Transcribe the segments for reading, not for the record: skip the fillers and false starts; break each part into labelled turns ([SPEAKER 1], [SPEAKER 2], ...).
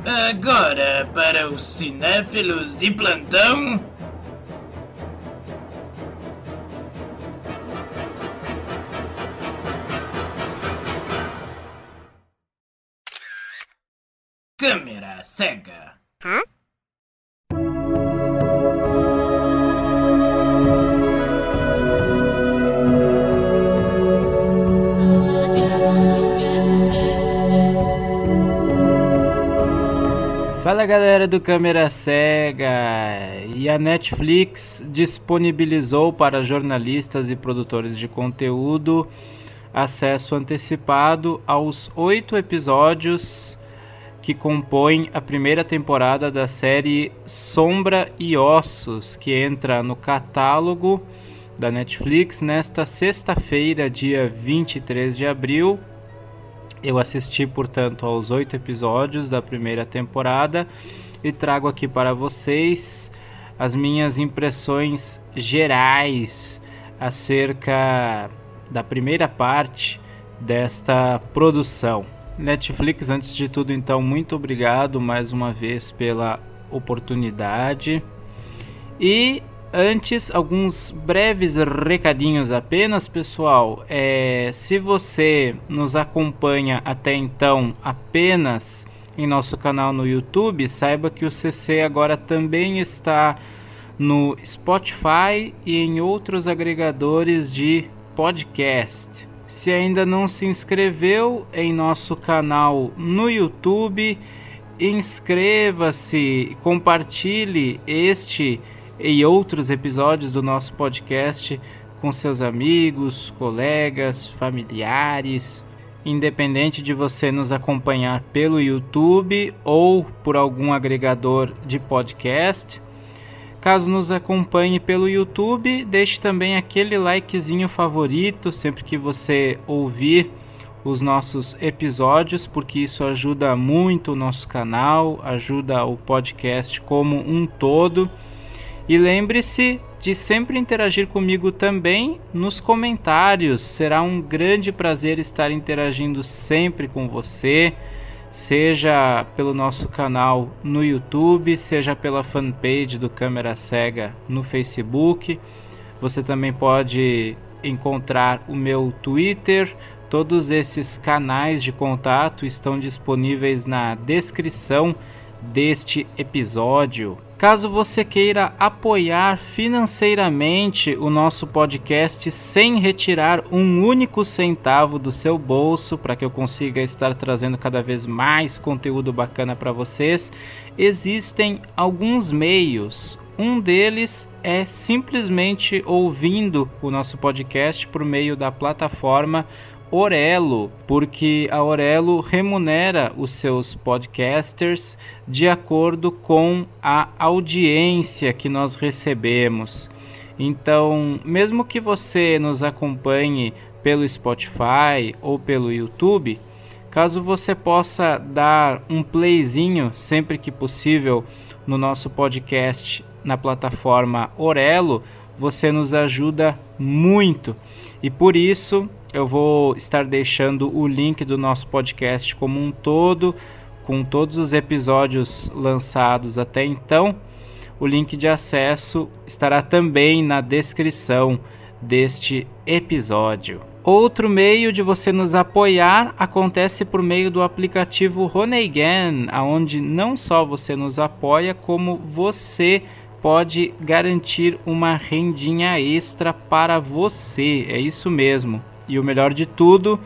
[SPEAKER 1] Agora, para os cinéfilos de plantão... Câmera cega.
[SPEAKER 2] Hã?
[SPEAKER 3] Fala galera do Câmera Cega, e a Netflix disponibilizou para jornalistas e produtores de conteúdo acesso antecipado aos 8 episódios que compõem a primeira temporada da série Sombra e Ossos, que entra no catálogo da Netflix nesta sexta-feira, dia 23 de abril. Eu assisti, portanto, aos 8 episódios da primeira temporada e trago aqui para vocês as minhas impressões gerais acerca da primeira parte desta produção. Netflix, antes de tudo, então, muito obrigado mais uma vez pela oportunidade. E antes, alguns breves recadinhos apenas, pessoal. Se você nos acompanha até então apenas em nosso canal no YouTube, saiba que o CC agora também está no Spotify e em outros agregadores de podcast. Se ainda não se inscreveu em nosso canal no YouTube, inscreva-se, compartilhe este e outros episódios do nosso podcast com seus amigos, colegas, familiares, independente de você nos acompanhar pelo YouTube ou por algum agregador de podcast. Caso nos acompanhe pelo YouTube, deixe também aquele likezinho favorito sempre que você ouvir os nossos episódios, porque isso ajuda muito o nosso canal, ajuda o podcast como um todo. E lembre-se de sempre interagir comigo também nos comentários. Será um grande prazer estar interagindo sempre com você, seja pelo nosso canal no YouTube, seja pela fanpage do Câmera Cega no Facebook. Você também pode encontrar o meu Twitter. Todos esses canais de contato estão disponíveis na descrição deste episódio. Caso você queira apoiar financeiramente o nosso podcast sem retirar um único centavo do seu bolso, para que eu consiga estar trazendo cada vez mais conteúdo bacana para vocês, existem alguns meios. Um deles é simplesmente ouvindo o nosso podcast por meio da plataforma Orelo, porque a Orelo remunera os seus podcasters de acordo com a audiência que nós recebemos. Então, mesmo que você nos acompanhe pelo Spotify ou pelo YouTube, caso você possa dar um playzinho sempre que possível no nosso podcast na plataforma Orelo, você nos ajuda muito. E por isso eu vou estar deixando o link do nosso podcast como um todo, com todos os episódios lançados até então. O link de acesso estará também na descrição deste episódio. Outro meio de você nos apoiar acontece por meio do aplicativo Honeygan, onde não só você nos apoia, como você pode garantir uma rendinha extra para você. É isso mesmo. E o melhor de tudo,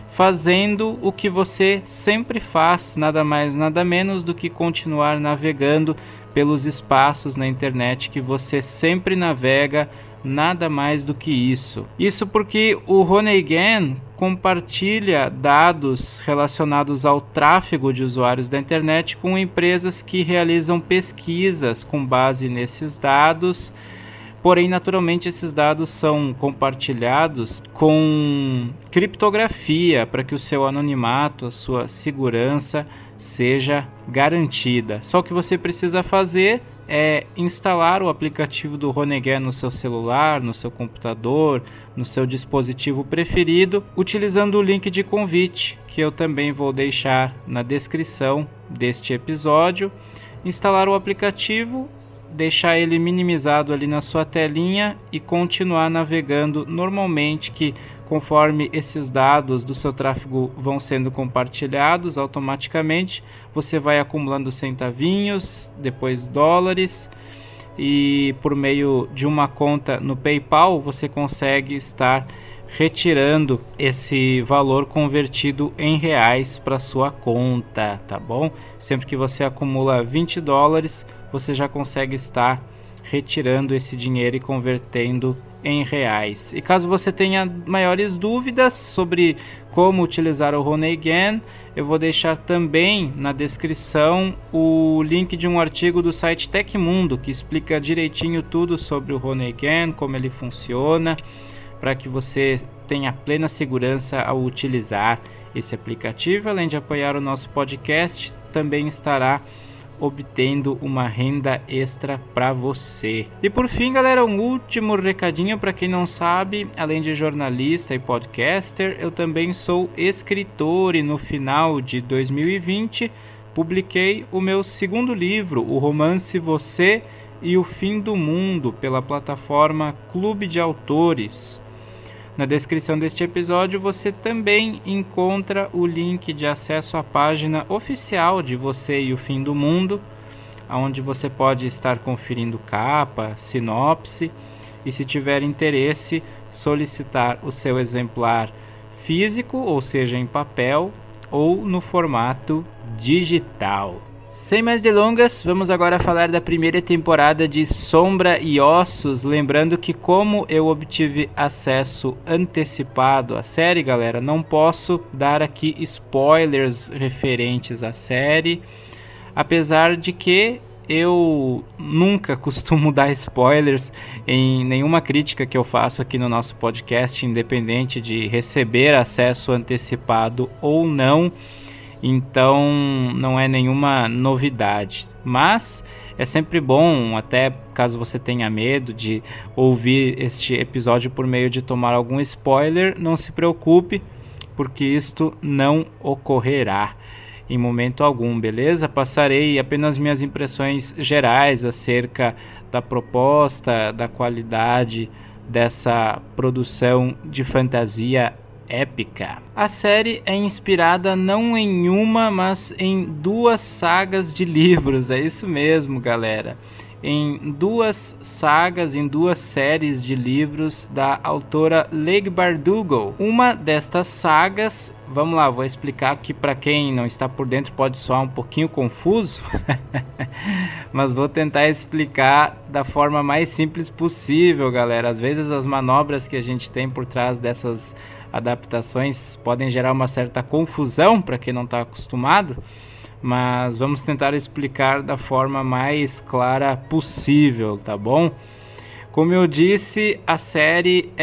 [SPEAKER 3] fazendo o que você sempre faz, nada mais, nada menos do que continuar navegando pelos espaços na internet que você sempre navega, nada mais do que isso. Isso porque o Honeygan compartilha dados relacionados ao tráfego de usuários da internet com empresas que realizam pesquisas com base nesses dados. Porém, naturalmente, esses dados são compartilhados com criptografia para que o seu anonimato, a sua segurança seja garantida. Só o que você precisa fazer é instalar o aplicativo do Rony Again no seu celular, no seu computador, no seu dispositivo preferido, utilizando o link de convite, que eu também vou deixar na descrição deste episódio. Instalar o aplicativo, deixar ele minimizado ali na sua telinha e continuar navegando normalmente, que conforme esses dados do seu tráfego vão sendo compartilhados automaticamente, você vai acumulando centavinhos, depois dólares, e por meio de uma conta no PayPal você consegue estar retirando esse valor convertido em reais para sua conta, tá bom? Sempre que você acumula 20 dólares, você já consegue estar retirando esse dinheiro e convertendo em reais. E caso você tenha maiores dúvidas sobre como utilizar o Rony Again, eu vou deixar também na descrição o link de um artigo do site Tecmundo que explica direitinho tudo sobre o Rony Again, como ele funciona, para que você tenha plena segurança ao utilizar esse aplicativo. Além de apoiar o nosso podcast, também estará obtendo uma renda extra para você. E por fim, galera, um último recadinho para quem não sabe: além de jornalista e podcaster, eu também sou escritor, e no final de 2020 publiquei o meu segundo livro, o romance Você e o Fim do Mundo, pela plataforma Clube de Autores. Na descrição deste episódio você também encontra o link de acesso à página oficial de Você e o Fim do Mundo, onde você pode estar conferindo capa, sinopse e, se tiver interesse, solicitar o seu exemplar físico, ou seja, em papel, ou no formato digital. Sem mais delongas, vamos agora falar da primeira temporada de Sombra e Ossos. Lembrando que, como eu obtive acesso antecipado à série, galera, não posso dar aqui spoilers referentes à série, apesar de que eu nunca costumo dar spoilers em nenhuma crítica que eu faço aqui no nosso podcast, independente de receber acesso antecipado ou não. Então não é nenhuma novidade, mas é sempre bom, até caso você tenha medo de ouvir este episódio por meio de tomar algum spoiler, não se preocupe, porque isto não ocorrerá em momento algum, beleza? Passarei apenas minhas impressões gerais acerca da proposta, da qualidade dessa produção de fantasia épica. A série é inspirada não em uma, mas em duas sagas de livros. É isso mesmo, galera. Em duas sagas, em duas séries de livros da autora Leigh Bardugo. Uma destas sagas, vamos lá, vou explicar aqui para quem não está por dentro, pode soar um pouquinho confuso, mas vou tentar explicar da forma mais simples possível, galera. Às vezes as manobras que a gente tem por trás dessas adaptações podem gerar uma certa confusão para quem não está acostumado, mas vamos tentar explicar da forma mais clara possível, tá bom? Como eu disse, a série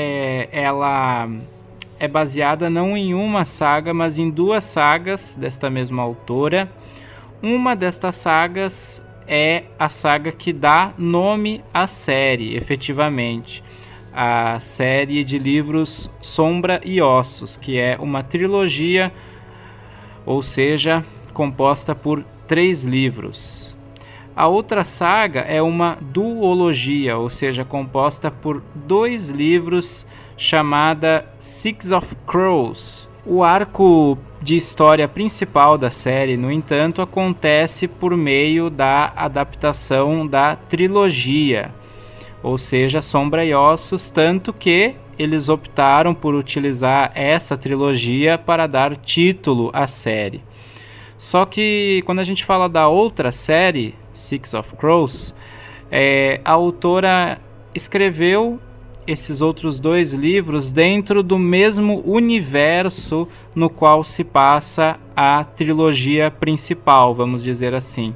[SPEAKER 3] ela é baseada não em uma saga, mas em duas sagas desta mesma autora. Uma destas sagas é a saga que dá nome à série, efetivamente. A série de livros Sombra e Ossos, que é uma trilogia, ou seja, composta por 3 livros. A outra saga é uma duologia, ou seja, composta por 2 livros, chamada Six of Crows. O arco de história principal da série, no entanto, acontece por meio da adaptação da trilogia, ou seja, Sombra e Ossos, tanto que eles optaram por utilizar essa trilogia para dar título à série. Só que quando a gente fala da outra série, Six of Crows, a autora escreveu esses outros 2 livros dentro do mesmo universo no qual se passa a trilogia principal, vamos dizer assim.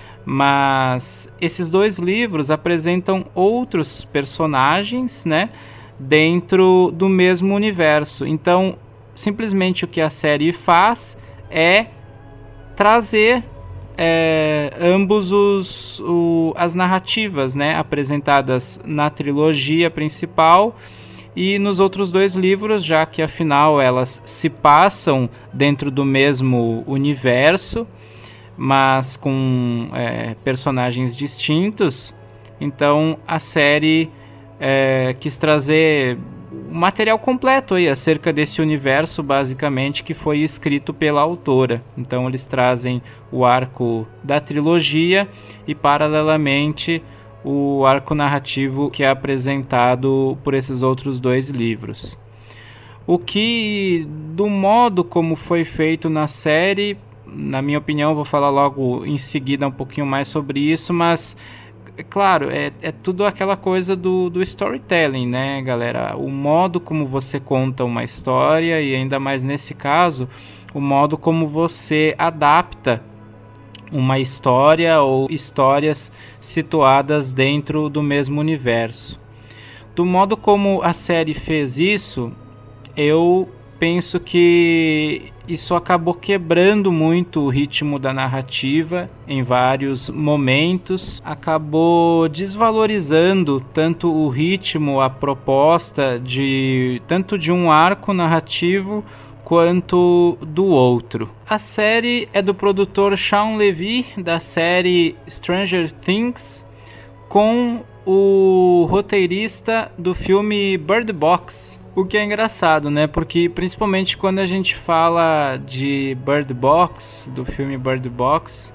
[SPEAKER 3] Mas esses 2 livros apresentam outros personagens, né, dentro do mesmo universo. Então, simplesmente o que a série faz é trazer ambos as narrativas, né, apresentadas na trilogia principal e nos outros 2 livros, já que afinal elas se passam dentro do mesmo universo, mas com personagens distintos. Então a série quis trazer um material completo aí acerca desse universo, basicamente, que foi escrito pela autora. Então eles trazem o arco da trilogia e, paralelamente, o arco narrativo que é apresentado por esses outros 2 livros. O que, do modo como foi feito na série, na minha opinião, vou falar logo em seguida um pouquinho mais sobre isso, mas claro, é tudo aquela coisa do storytelling, né, galera? O modo como você conta uma história, e ainda mais nesse caso, o modo como você adapta uma história ou histórias situadas dentro do mesmo universo. Do modo como a série fez isso, eu penso que isso acabou quebrando muito o ritmo da narrativa em vários momentos, acabou desvalorizando tanto o ritmo, a proposta tanto de um arco narrativo quanto do outro. A série é do produtor Shawn Levy, da série Stranger Things, com o roteirista do filme Bird Box. O que é engraçado, né? Porque principalmente quando a gente fala de Bird Box, do filme Bird Box,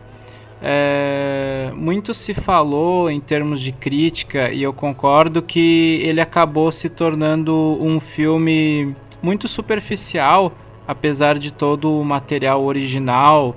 [SPEAKER 3] muito se falou em termos de crítica, e eu concordo que ele acabou se tornando um filme muito superficial, apesar de todo o material original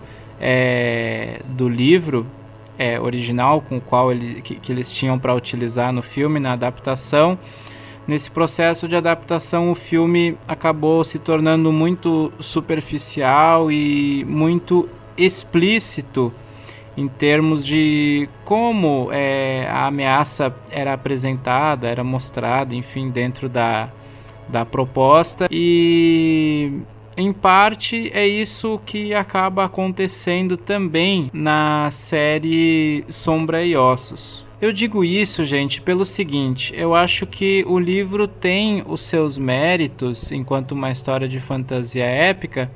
[SPEAKER 3] do livro original com o qual que eles tinham para utilizar no filme, na adaptação. Nesse processo de adaptação, o filme acabou se tornando muito superficial e muito explícito em termos de como a ameaça era apresentada, era mostrada, enfim, dentro da proposta. E, em parte, é isso que acaba acontecendo também na série Sombra e Ossos. Eu digo isso, gente, pelo seguinte: eu acho que o livro tem os seus méritos enquanto uma história de fantasia épica,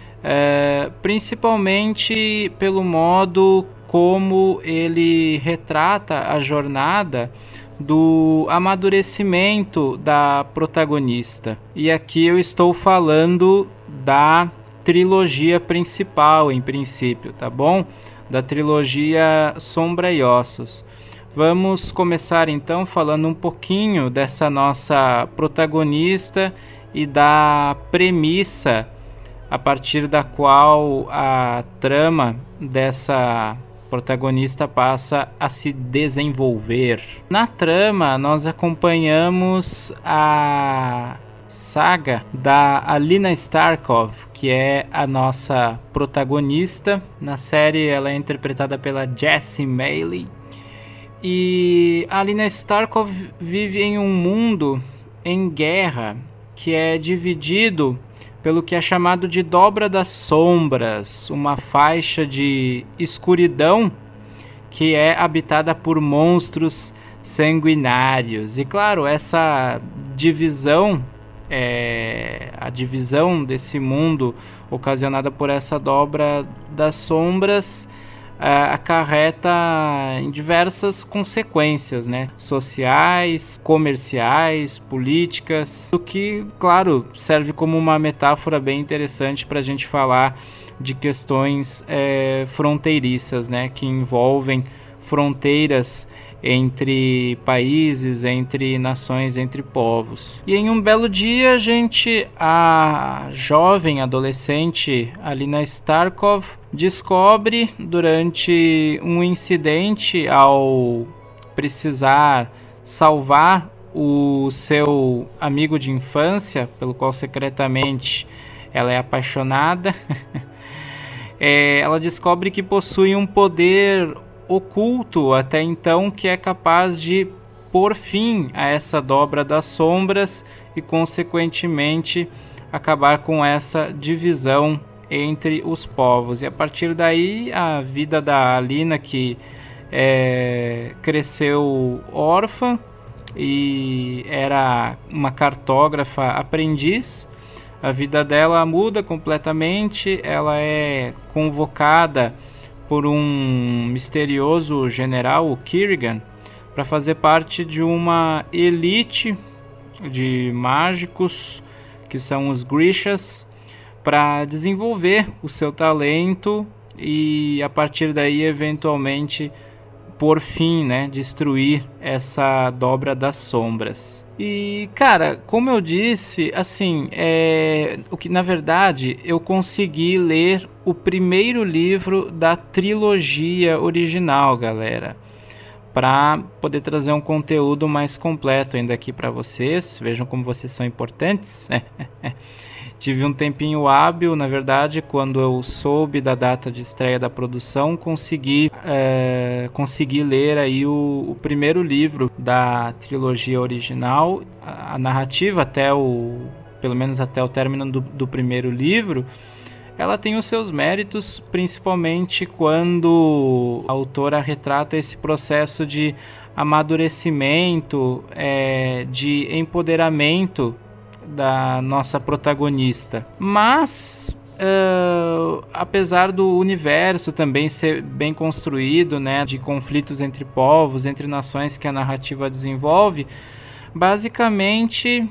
[SPEAKER 3] principalmente pelo modo como ele retrata a jornada do amadurecimento da protagonista. E aqui eu estou falando da trilogia principal, em princípio, tá bom? Da trilogia Sombra e Ossos. Vamos começar então falando um pouquinho dessa nossa protagonista e da premissa a partir da qual a trama dessa protagonista passa a se desenvolver. Na trama, nós acompanhamos a saga da Alina Starkov, que é a nossa protagonista. Na série, ela é interpretada pela Jessie Mailey. E a Alina Starkov vive em um mundo em guerra que é dividido pelo que é chamado de Dobra das Sombras, uma faixa de escuridão que é habitada por monstros sanguinários. E claro, essa divisão, a divisão desse mundo ocasionada por essa Dobra das Sombras, acarreta em diversas consequências, né? Sociais, comerciais, políticas, o que, claro, serve como uma metáfora bem interessante para a gente falar de questões fronteiriças, né? Que envolvem fronteiras entre países, entre nações, entre povos. E em um belo dia, a jovem adolescente Alina Starkov descobre, durante um incidente, ao precisar salvar o seu amigo de infância, pelo qual secretamente ela é apaixonada, ela descobre que possui um poder oculto até então que é capaz de pôr fim a essa dobra das sombras e, consequentemente, acabar com essa divisão entre os povos. E a partir daí a vida da Alina, que cresceu órfã e era uma cartógrafa aprendiz, a vida dela muda completamente. Ela é convocada por um misterioso general, o Kirigan, para fazer parte de uma elite de mágicos, que são os Grishas, para desenvolver o seu talento e a partir daí eventualmente por fim, né, destruir essa dobra das sombras. E cara, como eu disse, assim, o que na verdade eu consegui ler o primeiro livro da trilogia original, galera, para poder trazer um conteúdo mais completo ainda aqui para vocês. Vejam como vocês são importantes. Tive um tempinho hábil, na verdade, quando eu soube da data de estreia da produção, consegui ler aí o primeiro livro da trilogia original. A narrativa, pelo menos até o término do primeiro livro, ela tem os seus méritos, principalmente quando a autora retrata esse processo de amadurecimento, de empoderamento da nossa protagonista. Mas apesar do universo também ser bem construído, né, de conflitos entre povos, entre nações que a narrativa desenvolve, basicamente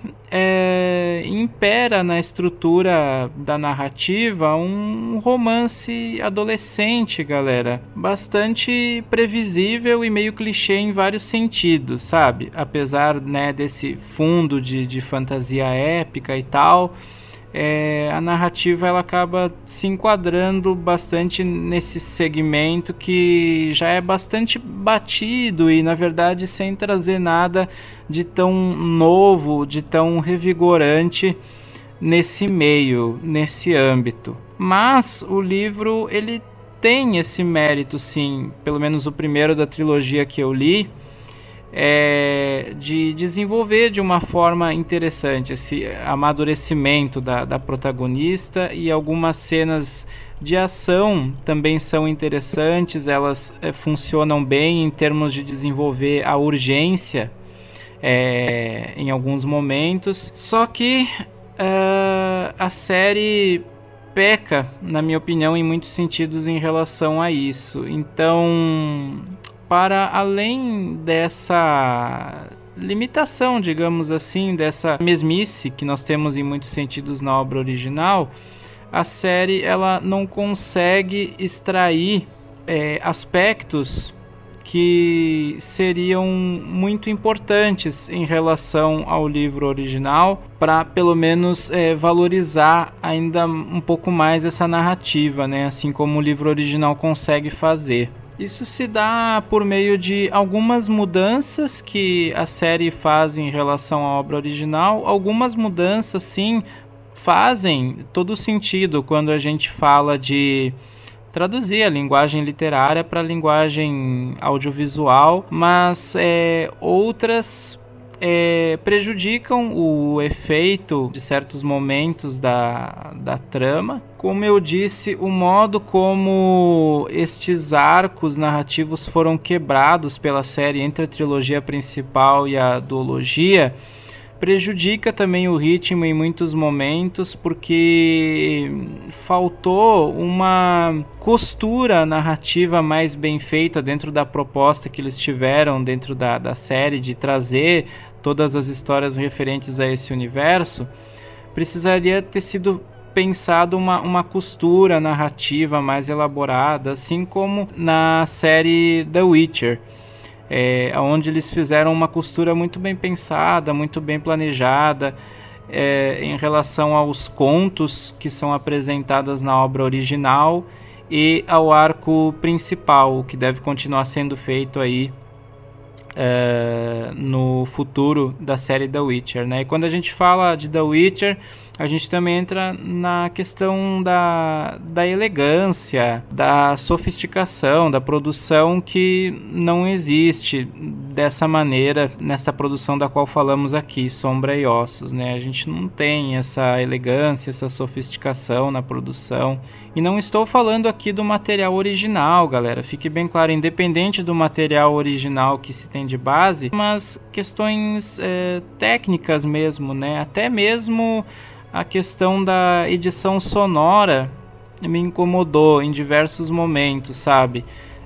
[SPEAKER 3] impera na estrutura da narrativa um romance adolescente, galera, bastante previsível e meio clichê em vários sentidos, sabe? Apesar, né, desse fundo de fantasia épica e tal, a narrativa ela acaba se enquadrando bastante nesse segmento que já é bastante batido e, na verdade, sem trazer nada de tão novo, de tão revigorante nesse meio, nesse âmbito. Mas o livro ele tem esse mérito, sim, pelo menos o primeiro da trilogia que eu li, de desenvolver de uma forma interessante esse amadurecimento da protagonista, e algumas cenas de ação também são interessantes. Elas funcionam bem em termos de desenvolver a urgência em alguns momentos, só que a série peca, na minha opinião, em muitos sentidos em relação a isso. Então, para além dessa limitação, digamos assim, dessa mesmice que nós temos em muitos sentidos na obra original, a série ela não consegue extrair aspectos que seriam muito importantes em relação ao livro original, para pelo menos valorizar ainda um pouco mais essa narrativa, né? Assim como o livro original consegue fazer. Isso se dá por meio de algumas mudanças que a série faz em relação à obra original. Algumas mudanças, sim, fazem todo sentido quando a gente fala de traduzir a linguagem literária para a linguagem audiovisual, mas outras prejudicam o efeito de certos momentos da trama. Como eu disse, o modo como estes arcos narrativos foram quebrados pela série entre a trilogia principal e a duologia prejudica também o ritmo em muitos momentos, porque faltou uma costura narrativa mais bem feita dentro da proposta que eles tiveram dentro da série, de trazer todas as histórias referentes a esse universo. Precisaria ter sido pensado uma costura narrativa mais elaborada, assim como na série The Witcher, onde eles fizeram uma costura muito bem pensada, muito bem planejada, em relação aos contos que são apresentados na obra original e ao arco principal, que deve continuar sendo feito aí no futuro da série The Witcher, né? E quando a gente fala de The Witcher, a gente também entra na questão da elegância, da sofisticação, da produção que não existe dessa maneira nessa produção da qual falamos aqui, Sombra e Ossos, né? A gente não tem essa elegância, essa sofisticação na produção. E não estou falando aqui do material original, galera, fique bem claro, independente do material original que se tem de base, mas questões técnicas mesmo, né? Até mesmo a questão da edição sonora me incomodou em diversos momentos, sabe?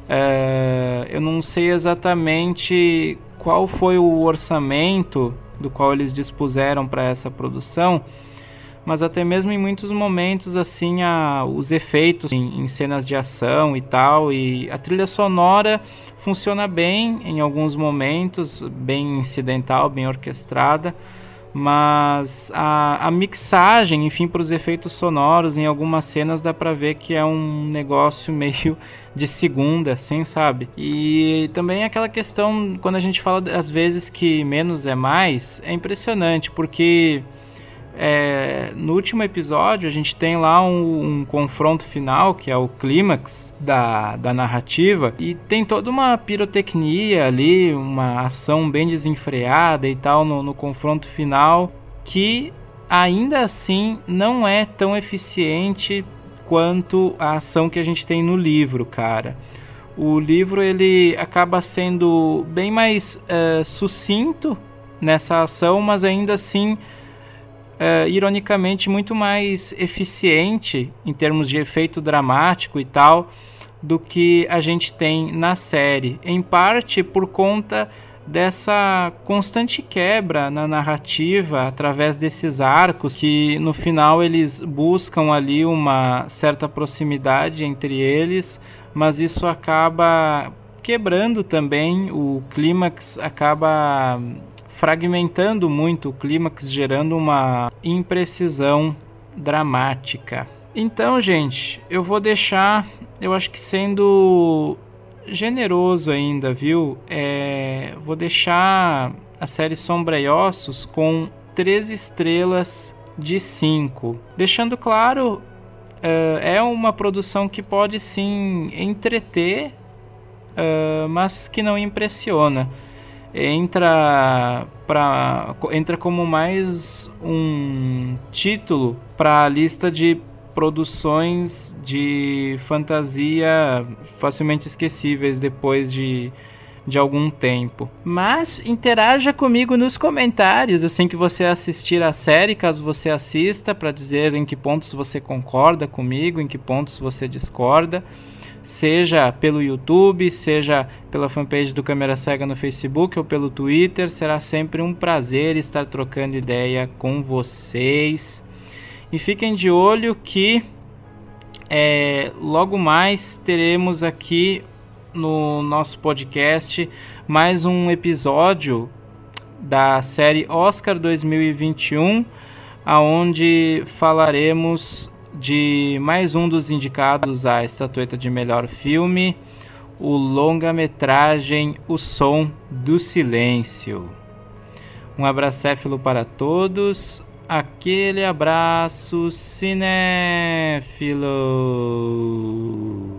[SPEAKER 3] Eu não sei exatamente qual foi o orçamento do qual eles dispuseram para essa produção, mas até mesmo em muitos momentos, assim, os efeitos em cenas de ação e tal, e a trilha sonora funciona bem em alguns momentos, bem incidental, bem orquestrada, mas a mixagem, enfim, para os efeitos sonoros em algumas cenas dá para ver que é um negócio meio de segunda, assim, sabe? E também aquela questão, quando a gente fala às vezes que menos é mais, é impressionante, porque no último episódio a gente tem lá um confronto final, que é o clímax da narrativa, e tem toda uma pirotecnia ali, uma ação bem desenfreada e tal no confronto final, que ainda assim não é tão eficiente quanto a ação que a gente tem no livro, cara. O livro ele acaba sendo bem mais sucinto nessa ação, mas ainda assim ironicamente muito mais eficiente em termos de efeito dramático e tal do que a gente tem na série, em parte por conta dessa constante quebra na narrativa através desses arcos que no final eles buscam ali uma certa proximidade entre eles, mas isso acaba quebrando também o clímax, acaba fragmentando muito o clímax, gerando uma imprecisão dramática. Então, gente, eu vou deixar, eu acho que sendo generoso ainda, viu? Vou deixar a série Sombra e Ossos com 3 estrelas de 5. Deixando claro, é uma produção que pode sim entreter, mas que não impressiona. Entra como mais um título para a lista de produções de fantasia facilmente esquecíveis depois de algum tempo. Mas interaja comigo nos comentários assim que você assistir a série, caso você assista, para dizer em que pontos você concorda comigo, em que pontos você discorda. Seja pelo YouTube, seja pela fanpage do Câmera Cega no Facebook ou pelo Twitter, será sempre um prazer estar trocando ideia com vocês. E fiquem de olho que logo mais teremos aqui no nosso podcast mais um episódio da série Oscar 2021, onde falaremos de mais um dos indicados à estatueta de melhor filme, o longa-metragem O Som do Silêncio. Um abracéfilo para todos, aquele abraço cinéfilo.